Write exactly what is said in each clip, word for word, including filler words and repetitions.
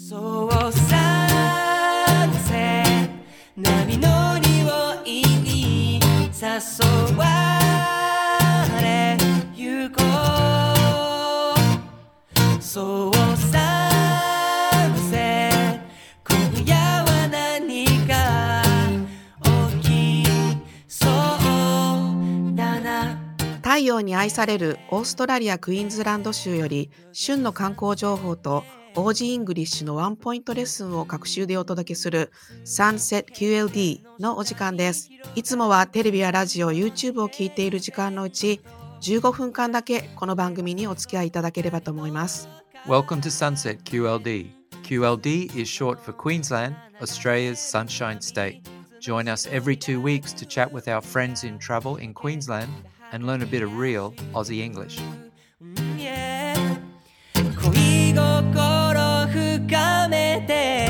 そうさせ波の匂いに誘われゆこうそうさせ今夜は何か起きそうだな。 太陽に愛されるオーストラリアクイーンズランド州より旬の観光情報とオージーイングリッシュのワンポイントレッスンを各週でお届けする Sunset キューエルディー のお時間です。いつもはテレビやラジオ、YouTube を聞いている時間のうちじゅうごふんかんだけこの番組にお付き合いいただければと思います。 Welcome to Sunset キューエルディー. キューエルディー is short for Queensland, Australia's sunshine state. Join us every two weeks to chat with our friends in travel in Queensland and learn a bit of real Aussie English. 恋心深めて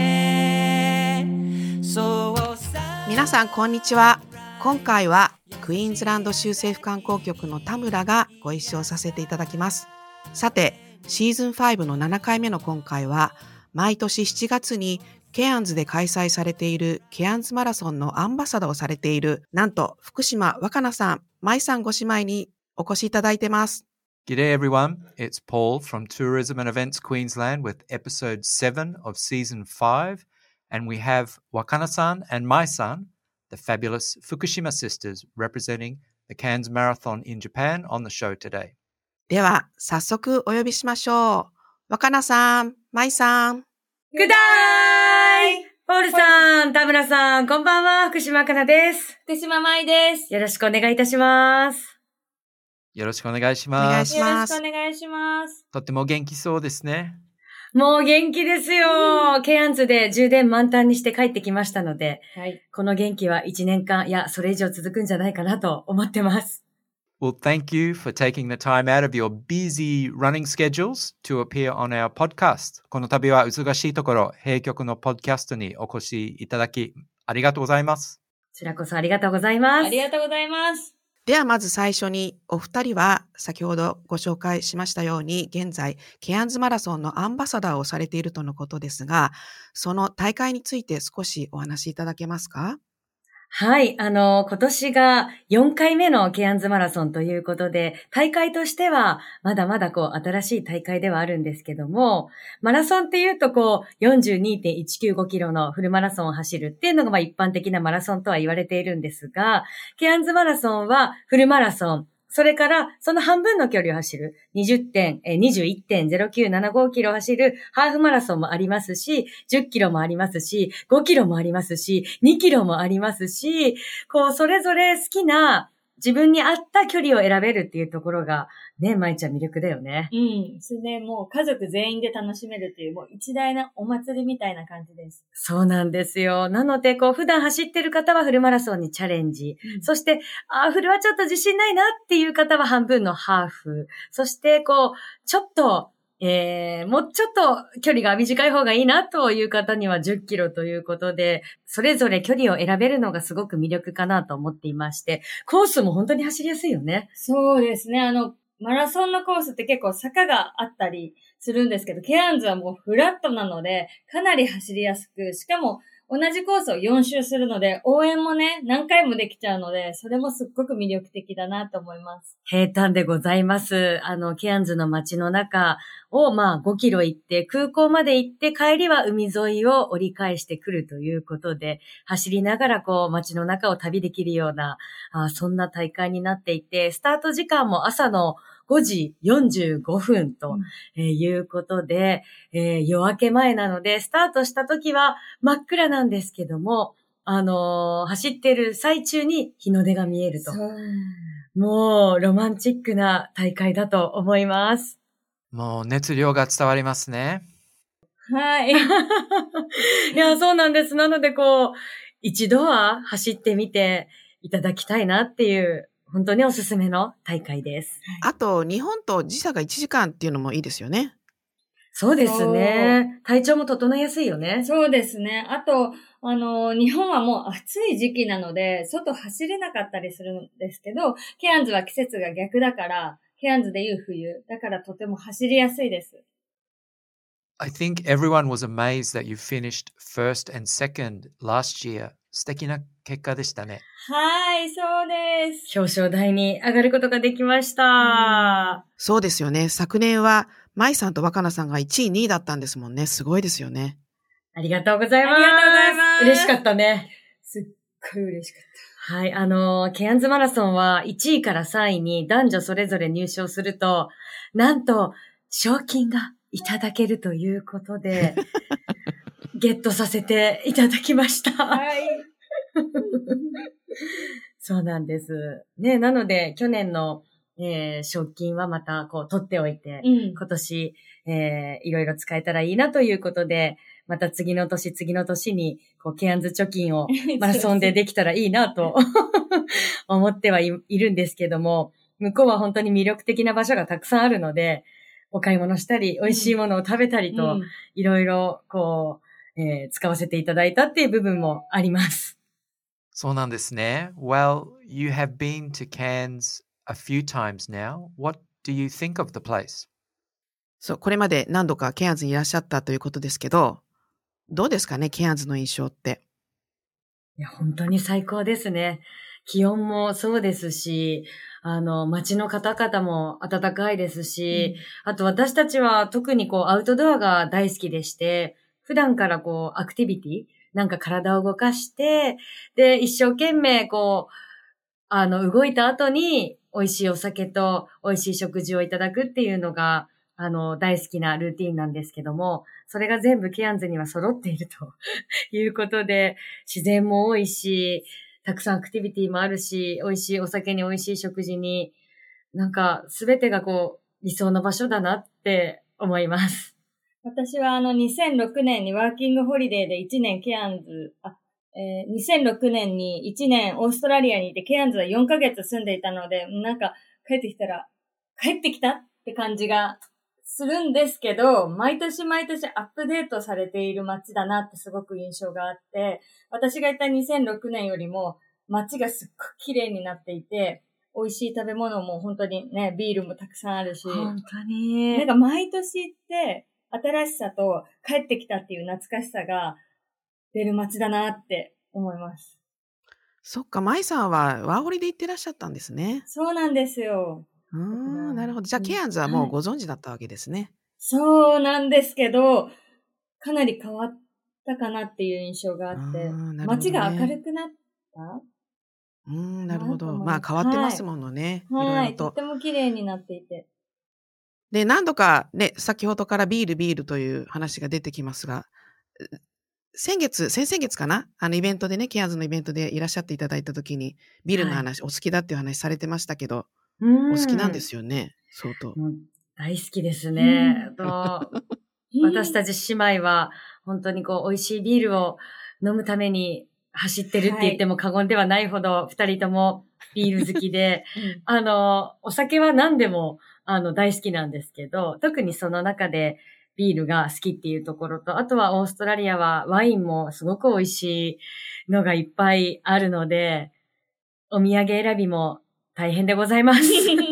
そうさ皆さんこんにちは。今回はクイーンズランド州政府観光局の田村がご一緒させていただきます。さてシーズンファイブのななかいめの今回は毎年しちがつにケアンズで開催されているケアンズマラソンのアンバサダーをされているなんと福島若菜さん、舞さんご姉妹にお越しいただいてます。 G'day everyone, it's Paul from Tourism and Events Queensland with episode seven of season five, and we have Wakana-san and Mai-san, the fabulous Fukushima sisters representing the Cairns Marathon in Japan on the show today. では早速お呼びしましょう。若菜さん、舞さん。 グダーイポールさん、田村さん、こんばんは、福島かなです。 福島舞です。 よろしくお願いいたします。 よろしくお願いします。 お願いします。 よろしくお願いします。 とっても元気そうですね。 もう元気ですよ。ケアンズで充電満タンにして帰ってきましたので、 はい、 この元気はいちねんかん、いや、それ以上続くんじゃないかなと思ってます。 Well, thank you for taking the time out of your busy running schedules to appear on our podcast. この度は忙しいところ、閉局のポッドキャストにお越しいただき、ありがとうございます。 こちらこそありがとうございます。 ありがとうございます。 ではまず最初にお二人は先ほどご紹介しましたように現在ケアンズマラソンのアンバサダーをされているとのことですが、その大会について少しお話しいただけますか？ はい、あの、今年がよんかいめのケアンズマラソンということで、大会としてはまだまだこう新しい大会ではあるんですけども、マラソンっていうとこう よんじゅうにてんいちきゅうごキロのフルマラソンを走るっていうのがまあ一般的なマラソンとは言われているんですが、ケアンズマラソンはフルマラソン、それからその半分の距離を走るにじゅってん、にじゅういってんゼロきゅうななごキロを走るハーフマラソンもありますし、じゅっキロもありますし、ごキロもありますし、にキロもありますし、こうそれぞれ好きな自分に合った距離を選べるっていうところがね、まいちゃん魅力だよね。 うん。それでもう家族全員で楽しめるっていう、もう一大なお祭りみたいな感じです。 そうなんですよ。なので、こう普段走ってる方はフルマラソンにチャレンジ。うん、そして、あ、フルはちょっと自信ないなっていう方は半分のハーフ。そして、こう、ちょっと、えー、もうちょっと距離が短い方がいいなという方にはじゅっキロということで、それぞれ距離を選べるのがすごく魅力かなと思っていまして、コースも本当に走りやすいよね。 そうですね。あの、マラソンのコースって結構坂があったりするんですけど、ケアンズはもうフラットなので、かなり走りやすく、しかも同じコースをよん周するので、応援もね、何回もできちゃうので、それもすっごく魅力的だなと思います。 平坦でございます。あの、ケアンズの街の中を、まあ、ごキロ行って、空港まで行って、帰りは海沿いを折り返してくるということで、走りながら、こう、街の中を旅できるような、あ、そんな大会になっていて、スタート時間も朝のごじよんじゅうごふんということで、うんえー、夜明け前なので、スタートした時は真っ暗なんですけども、あのー、走ってる最中に日の出が見えると。もう、ロマンチックな大会だと思います。 もう、熱量が伝わりますね。 はい。 いや、そうなんです。なので、こう、一度は走ってみていただきたいなっていう、本当におすすめの大会です。 あと、日本と時差がいちじかんっていうのもいいですよね。 そうですね。体調も整いやすいよね。 そうですね。あと、あの、日本はもう暑い時期なので、外走れなかったりするんですけど、ケアンズは季節が逆だから、ケアンズでいう冬。だからとても走りやすいです。 I think everyone was amazed that you finished first and second last year. 素敵な結果でしたね。 はい、そうです。 表彰台に上がることができました。 そうですよね。昨年は、舞さんと若菜さんがいちい、にいだったんですもんね。すごいですよね。 ありがとうございます。 ありがとうございます。 嬉しかったね。 すっごい嬉しかった。 はい、あの、ケアンズマラソンはいちいからさんいに男女それぞれ入賞すると、なんと、賞金がいただけるということで、ゲットさせていただきました。 はい。 そうなんです。ね、なので、去年の、えー、賞金はまた、こう、取っておいて、 うん、 今年、えー、いろいろ使えたらいいなということで、また次の年、次の年に、こう、ケアンズ貯金をマラソンでできたらいいなと思ってはい、いるんですけども、向こうは本当に魅力的な場所がたくさんあるので、お買い物したり、美味しいものを食べたりと、いろいろ、こう、えー、使わせていただいたっていう部分もあります。 そうなんですね。Well, you have been to Cairns a few times now. What do you think of the place? そう、これまで何度かケアンズにいらっしゃったということですけど、どうですかね、ケアンズの印象って。 いや、本当に最高ですね。気温もそうですし、あの、街の方々も暖かいですし、うん、あと私たちは特にこう、アウトドアが大好きでして、普段からこう、アクティビティなんか体を動かして、で、一生懸命こう、あの、動いた後に美味しいお酒と美味しい食事をいただくっていうのが、あの、大好きなルーティーンなんですけども、それが全部ケアンズには揃っているということで、自然も多いし、たくさんアクティビティもあるし、美味しいお酒に美味しい食事に、なんかすべてがこう、理想の場所だなって思います。 私はあのにせんろくねんにワーキングホリデーでいちねんケアンズ、あ、えー、にせんろくねんにいちねんオーストラリアにいてケアンズはよんかげつ住んでいたので、なんか帰ってきたら、帰ってきたって感じがするんですけど、毎年毎年アップデートされている街だなってすごく印象があって、私がいたにせんろくねんよりも街がすっごく綺麗になっていて、美味しい食べ物も本当にね、ビールもたくさんあるし、 本当に。 なんか毎年行って新しさと帰ってきたっていう懐かしさが出る街だなって思います。 そっか、舞さんはワーホリで行ってらっしゃったんですね。 そうなんですよ。 うーん、なるほど。じゃあ、ケアンズはもうご存知だったわけですね。はい、 そうなんですけど、かなり変わったかなっていう印象があって、ね、街が明るくなったうーん、なるほど。まあ変わってますものね。 はい、 いろいろと。 とっても綺麗になっていて。 で、何度かね、先ほどからビールビールという話が出てきますが、先月、先々月かなあのイベントでね、ケアンズのイベントでいらっしゃっていただいたときに、ビールの話、はい、お好きだっていう話されてましたけど、お好きなんですよね、相当。 もう大好きですね。と私たち姉妹は、本当にこう、美味しいビールを飲むために走ってるって言っても過言ではないほど、二、はい、人ともビール好きで、うん、あの、お酒は何でも、あの、大好きなんですけど、特にその中でビールが好きっていうところと、あとはオーストラリアはワインもすごく美味しいのがいっぱいあるので、お土産選びも大変でございます。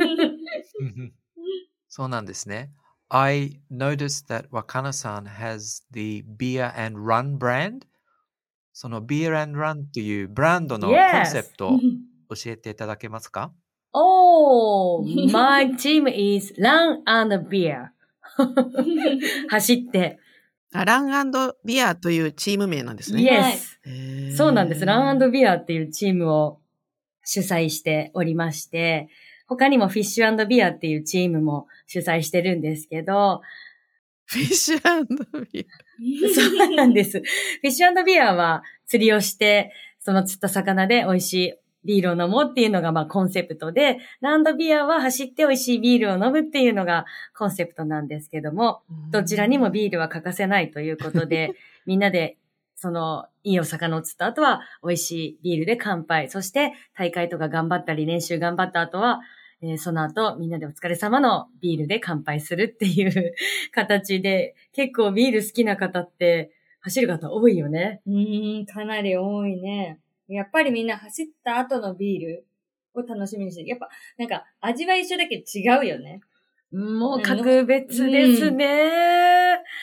そうなんですね。I noticed that Wakana-san has the beer and run brand. その beer and run というブランドのコンセプトを教えていただけますか？ Oh, my team is Run and Beer. 走って。 ラン&ビアというチーム名なんですね。 Yes. そうなんです。ラン&ビアっていうチームを主催しておりまして、他にもフィッシュ&ビアっていうチームも主催してるんですけど、 フィッシュ&ビア。 そうなんです。フィッシュ&ビアは釣りをして、その釣った魚で美味しいビールを飲もうっていうのがまあコンセプトで、ランドビアは走って美味しいビールを飲むっていうのがコンセプトなんですけども、どちらにもビールは欠かせないということで、みんなでそのいいお魚を釣った後は美味しいビールで乾杯。そして大会とか頑張ったり練習頑張った後は、えー、その後みんなでお疲れ様のビールで乾杯するっていう形で、結構ビール好きな方って走る方多いよね。 うーん、かなり多いね。やっぱりみんな走った後のビールを楽しみにして、やっぱなんか味は一緒だけど違うよね。 もう格別ですね。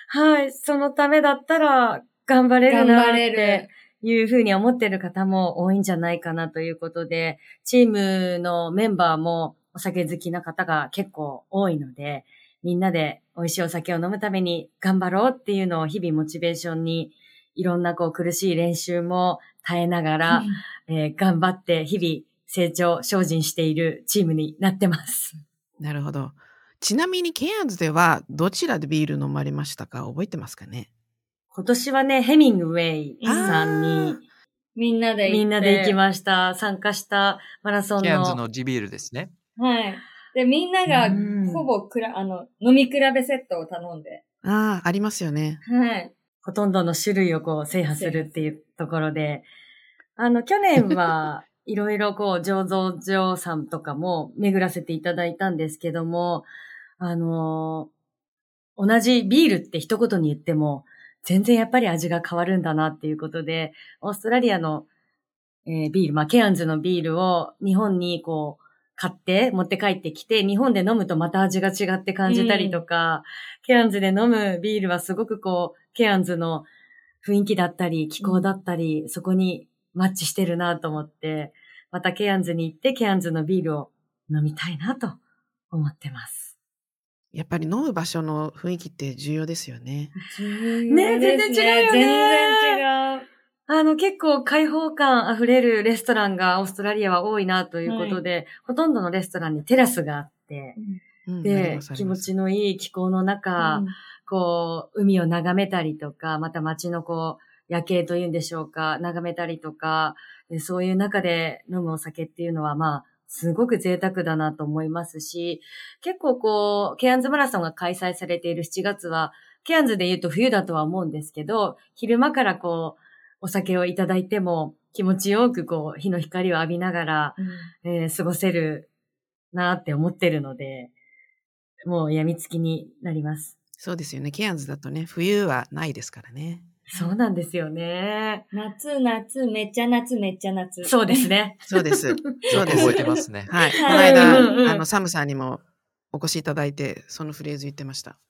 はい。そのためだったら頑張れるなっ頑張れてる。 いうふうに思ってる方も多いんじゃないかなということで、チームのメンバーもお酒好きな方が結構多いので、みんなで美味しいお酒を飲むために頑張ろうっていうのを日々モチベーションに、いろんなこう苦しい練習も耐えながら、えー頑張って日々成長、精進しているチームになってます。 なるほど。ちなみにケアンズではどちらでビール飲まれましたか？覚えてますかね？ 今年はね、ヘミングウェイさんにみんなで行って。 みんなで行きました。参加したマラソンの。 ケアンズの地ビールですね。 はい。で、みんながうんほぼくら、あの、飲み比べセットを頼んで。 ああ、ありますよね。 はい。 ほとんどの種類をこう制覇するっていうところで、あの、去年はいろいろこう、醸造所さんとかも巡らせていただいたんですけども、あのー同じビールって一言に言っても、全然やっぱり味が変わるんだなっていうことで、オーストラリアの、えービール、まあ、ケアンズのビールを日本にこう、買って持って帰ってきて、日本で飲むとまた味が違って感じたりとか、ケアンズで飲むビールはすごくこう、ケアンズの雰囲気だったり、気候だったり、そこにマッチしてるなと思って、またケアンズに行ってケアンズのビールを飲みたいなと思ってます。 やっぱり飲む場所の雰囲気って重要ですよね。 ね、全然違うよね。 全然違う。 あの、結構開放感あふれるレストランがオーストラリアは多いなということで、ほとんどのレストランにテラスがあって、 うん、ありでま、すあり気ます持ちのいい気候の中、 うんこう、海を眺めたりとか、また街のこう、夜景というんでしょうか、眺めたりとか、でそういう中で飲むお酒っていうのは、まあ、すごく贅沢だなと思いますし、結構こう、ケアンズマラソンが開催されているしちがつは、ケアンズで言うと冬だとは思うんですけど、昼間からこう、お酒をいただいても気持ちよくこう、日の光を浴びながら、えー過ごせるなって思ってるので、もう病みつきになります。 そうですよね。ケアンズだとね、冬はないですからね。 そうなんですよね。 夏、夏、めっちゃ夏、めっちゃ夏。 そうですね。 そうです。そうです。 覚えてますね。 はい。このはい間、 うんうんあの、サムさんにもお越しいただいて、そのフレーズ言ってました。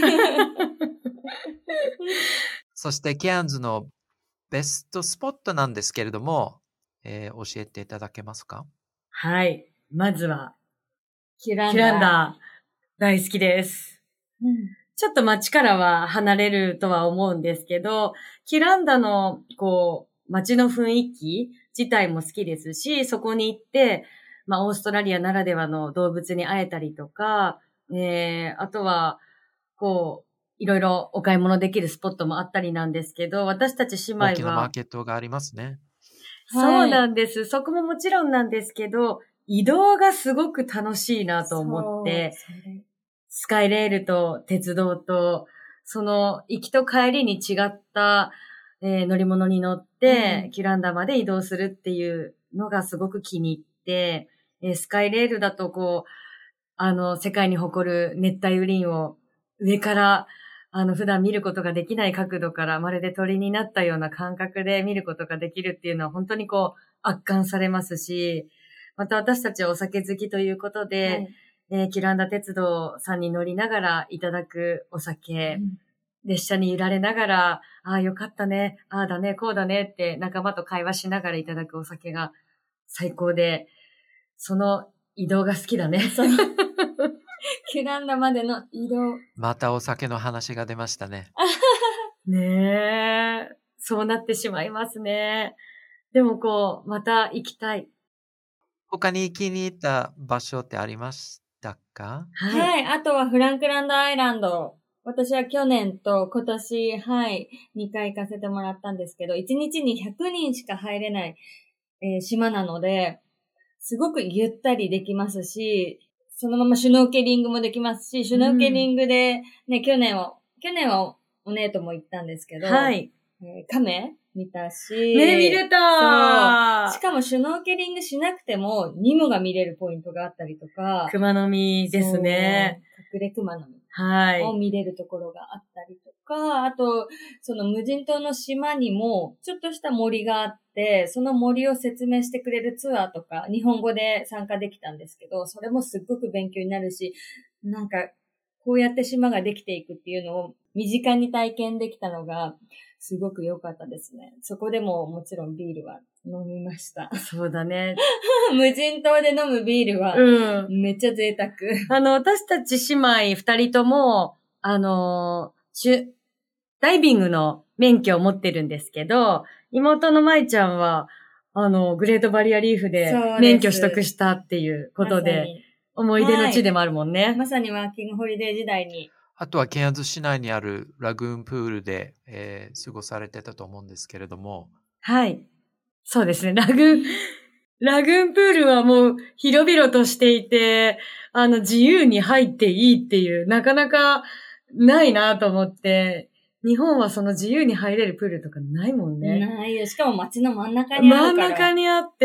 そしてケアンズのベストスポットなんですけれども、えー教えていただけますか？ はい。まずは、 キュランダ。 キュランダー、大好きです。 うんちょっと街からは離れるとは思うんですけど、キュランダの、こう、街の雰囲気自体も好きですし、そこに行って、まあ、オーストラリアならではの動物に会えたりとか、えー、あとは、こう、いろいろお買い物できるスポットもあったりなんですけど、私たち姉妹は、 大きなマーケットがありますね。 そうなんです。そこももちろんなんですけど、移動がすごく楽しいなと思って、 そうそれスカイレールと鉄道と、その行きと帰りに違った、えー乗り物に乗って、 うんキュランダまで移動するっていうのがすごく気に入って、えースカイレールだとこう、あの、世界に誇る熱帯雨林を上から、あの、普段見ることができない角度からまるで鳥になったような感覚で見ることができるっていうのは本当にこう、圧巻されますし、また私たちはお酒好きということで、 はいえーキュランダ鉄道さんに乗りながらいただくお酒、 うん列車に揺られながら、ああ、よかったね、ああだね、こうだねって仲間と会話しながらいただくお酒が最高で、その移動が好きだね。 そうキュランダまでの移動。 またお酒の話が出ましたね。 ねえ、そうなってしまいますね。でもこう、また行きたい。 他に気に入った場所ってありましたか？ はい。 はい。あとはフランクランドアイランド。私は去年と今年、はい、にかい行かせてもらったんですけど、いちにちにひゃくにんしか入れない、えー島なので、すごくゆったりできますし、そのままシュノーケリングもできますし、シュノーケリングで、ね、去年は、去年はお姉とも行ったんですけど、 はい。 えー亀見たし、 ね、見れたしかもシュノーケリングしなくても、ニモが見れるポイントがあったりとか、 熊の実ですね。 そう。隠れ熊の実はい。 を見れるところがあったりとか、あと、その無人島の島にも、ちょっとした森があって、その森を説明してくれるツアーとか、日本語で参加できたんですけど、それもすっごく勉強になるし、なんか、こうやって島ができていくっていうのを身近に体験できたのが、すごく良かったですね。そこでももちろんビールは飲みました。 そうだね。 無人島で飲むビールは、 うん。 めっちゃ贅沢。 あの、私たち姉妹二人とも、あの、しゅ、ダイビングの免許を持ってるんですけど、妹の舞ちゃんは、あの、グレートバリアリーフでそうです免許取得したっていうことで、思い出の地でもあるもんね。 まさに、まさにワーキングホリデー時代に。 あとはケアンズ市内にあるラグーンプールで、えー過ごされてたと思うんですけれども。 はい。そうですね。ラグーン、ラグーンプールはもう広々としていて、あの、自由に入っていいっていう、なかなかないなと思って、日本はその自由に入れるプールとかないもんね。 ないよ。しかも街の真ん中にあ真んるから。 中にあって、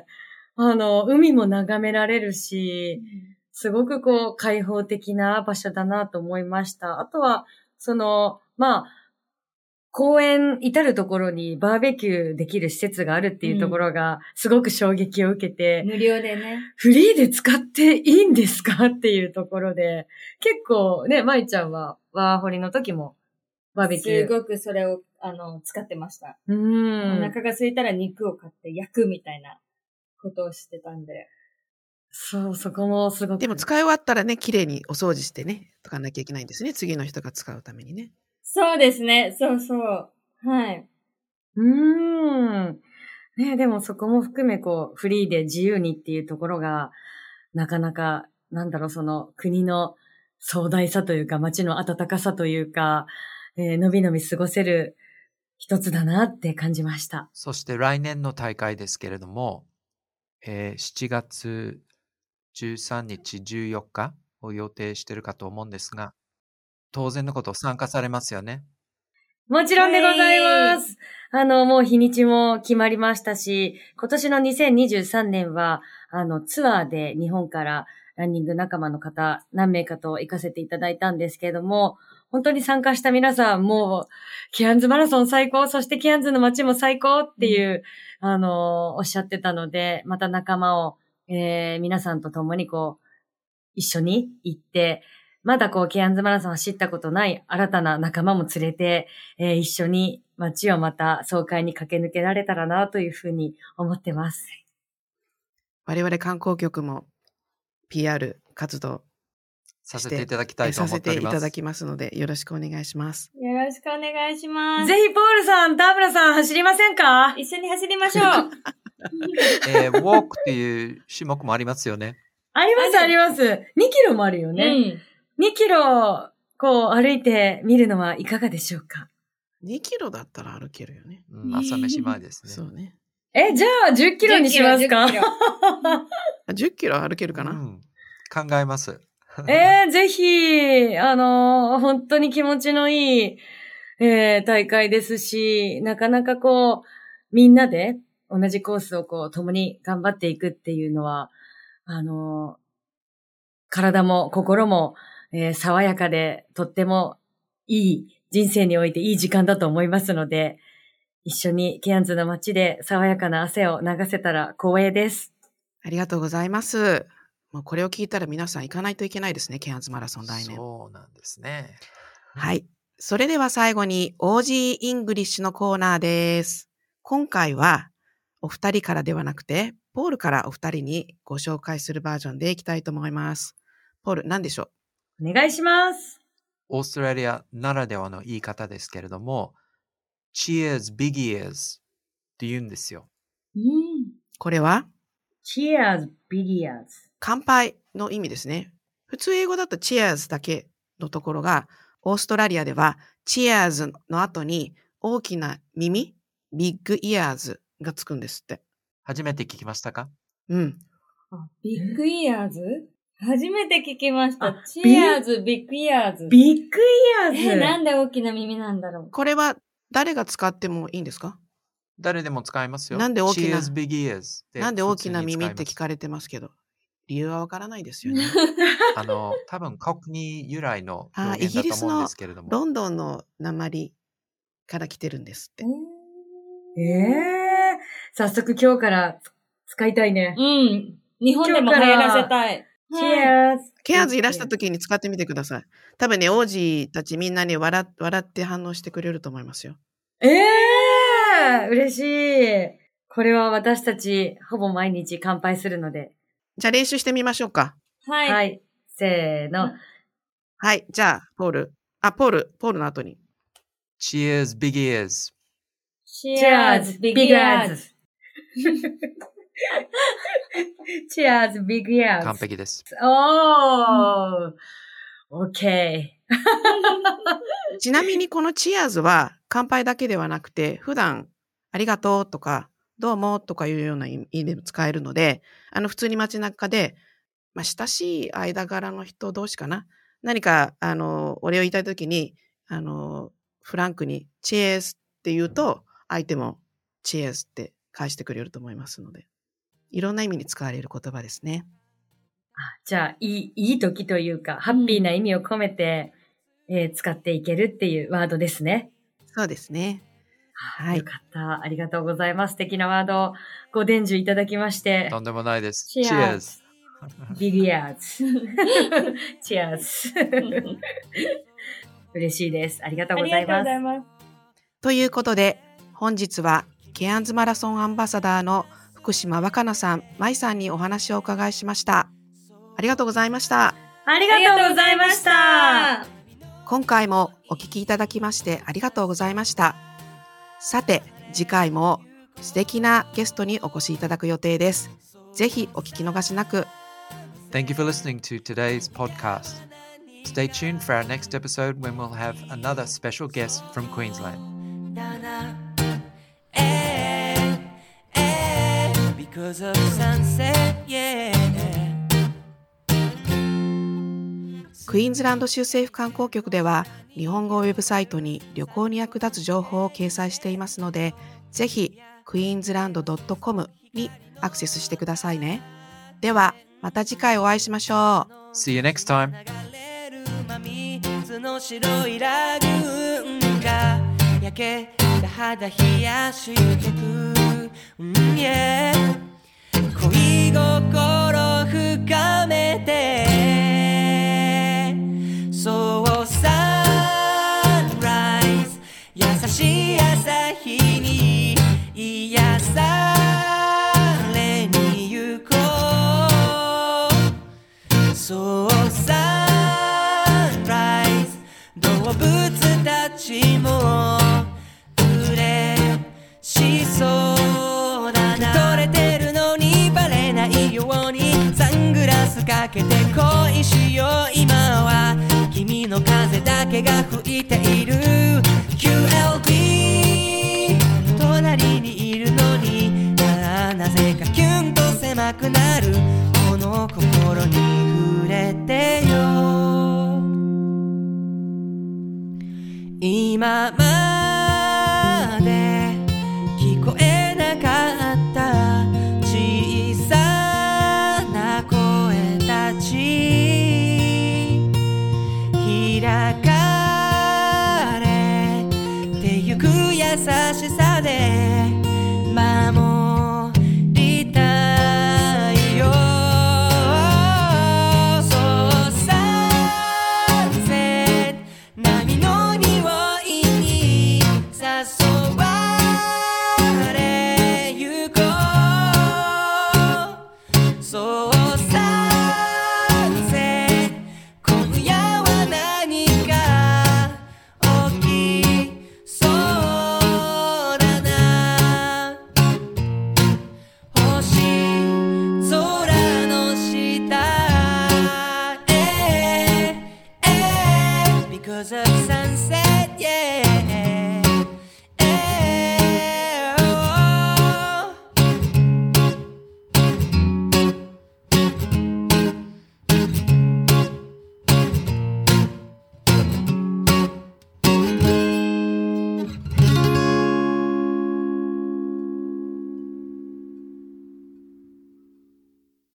あの、海も眺められるし、すごくこう、開放的な場所だなと思いました。あとは、その、まあ、公園至るところにバーベキューできる施設があるっていうところが、すごく衝撃を受けて、 無料でね。 フリーで使っていいんですかっていうところで、結構ね、舞ちゃんはワーホリの時もバーベキュー。 すごくそれを、あの、使ってました。 うーん。 お腹が空いたら肉を買って焼くみたいなことをしてたんで。 そう、そこもすごく。 でも使い終わったらね、綺麗にお掃除してね、とかなきゃいけないんですね。次の人が使うためにね。 そうですね。そうそう。はい。 うーん。ね、でもそこも含めこう、フリーで自由にっていうところが、なかなか、なんだろう、その国の壮大さというか、街の温かさというか、えー、のびのび過ごせる一つだなって感じました。 そして来年の大会ですけれども、えーしちがつじゅうさんにち、じゅうよっかを予定しているかと思うんですが、当然のこと参加されますよね。 もちろんでございます。あの、もう日にちも決まりましたし、今年のにせんにじゅうさんねんは、あの、ツアーで日本からランニング仲間の方何名かと行かせていただいたんですけれども、本当に参加した皆さんもう、ケアンズマラソン最高、そしてケアンズの街も最高っていう、うん、あの、おっしゃってたので、また仲間を、えー、皆さんと共にこう、一緒に行って、まだこう、ケアンズマラソン走ったことない新たな仲間も連れて、えー、一緒に街をまた爽快に駆け抜けられたらなというふうに思ってます。 我々観光局も ピーアール 活動させていただきたいと思っております。 させていただきますので、よろしくお願いします。 よろしくお願いします。 ぜひポールさん、田村さん走りませんか？ 一緒に走りましょう。 えー、ウォークっていう種目もありますよね。 ありますあります。にキロもあるよね。うんにキロ、こう歩いてみるのはいかがでしょうか？ にキロだったら歩けるよね。 うん、朝飯前ですね。 そうね。 え、じゃあじゅっキロにしますか？ じゅっキロ。 じゅっキロ歩けるかな、うん、 考えます。 えー、ぜひ、あのー、本当に気持ちのいい、えー、大会ですし、なかなかこう、みんなで同じコースをこう、共に頑張っていくっていうのは、あのー、体も心も、えー、爽やかで、とってもいい、人生においていい時間だと思いますので、一緒にケアンズの街で爽やかな汗を流せたら光栄です。 ありがとうございます。もうこれを聞いたら皆さん行かないといけないですね、ケアンズマラソン来年。 そうなんですね。 はい。それでは最後に オージー イングリッシュのコーナーです。今回はお二人からではなくて、ポールからお二人にご紹介するバージョンでいきたいと思います。ポール、何でしょう？お願いします。 オーストラリアならではの言い方ですけれども、Cheers, big ears って言うんですよ。 うん、 これは Cheers, big ears。 乾杯の意味ですね。普通英語だと Cheers だけのところが、オーストラリアでは Cheers の後に大きな耳、ビッグイヤーズがつくんですって。 初めて聞きましたか？ うん。 あ、ビッグイヤーズ？初めて聞きました。チアーズ、ビッグイヤーズ。 ビッグイヤーズ。 え、なんで大きな耳なんだろう。 これは誰が使ってもいいんですか？ 誰でも使えますよ。 なんで大きな、 Cheers, big ears なんで大きな耳って聞かれてますけど、理由はわからないですよね。 あの、多分国由来の表現だと思うんですけれども。 ロンドンの訛から来てるんですって。 ええー、早速今日から使いたいね。 うん。日本でも流行らせたい。 Cheers! ケアンズいらした時に使ってみてください。多分ね、王子たちみんなに笑笑って反応してくれると思いますよ。 ええー、嬉しい。これは私たちほぼ毎日乾杯するので。 じゃあ練習してみましょうか。 はい。 はい。せーの。 はい。じゃあ、ポール。あ、ポール。ポールの後に。 Cheers, big ears. Cheers, big ears. Cheers, big ears. 完璧です。 おー。OK。 ちなみにこのチアーズは乾杯だけではなくて、普段ありがとうとかどうもとかいうような意味でも使えるので、あの普通に街中で、まあ、親しい間柄の人同士かな。何か、あの、お礼を言いたいときに、あの、フランクにチエーズって言うと、相手もチエーズって返してくれると思いますので、いろんな意味に使われる言葉ですね。 じゃあ、いい、いい時というか、ハッピーな意味を込めて、えー使っていけるっていうワードですね。 そうですね。はいよかった。ありがとうございます。素敵なワードをご伝授いただきまして。 とんでもないです。 Cheers. Cheers. Big ears. Cheers. 嬉しいです。ありがとうございます。 ありがとうございます。 ということで、本日はケアンズマラソンアンバサダーの福島若菜さん、舞さんにお話をお伺いしました。ありがとうございました。 ありがとうございました。 今回もお聞きいただきましてありがとうございました。さて、次回も素敵なゲストにお越しいただく予定です。ぜひお聞き逃しなく。 Thank you for listening to today's podcast. Stay tuned for our next episode when we'll have another special guest from Queensland. Because of sunset, yeah. クイーンズランド州政府観光局では日本語ウェブサイトに旅行に役立つ情報を掲載していますので、ぜひ クイーンズランドドットコム にアクセスしてくださいね。ではまた次回お会いしましょう。 See you next time. 流れる真水の白いラグーンが焼けた肌冷やしてく、うんyeah、恋心深めてそうサンライズ優しい朝日に癒されに行こう。そうサンライズ動物たちも嬉しそうだな。取れてるのにバレないようにサングラスかけて恋しよう。今は君の風だけが吹いている キューエルビー 隣にいるのにな, なぜかキュンと狭くなるこの心に触れてよ。今まで聞こえなかった小さな声たち開かれてゆく優しさで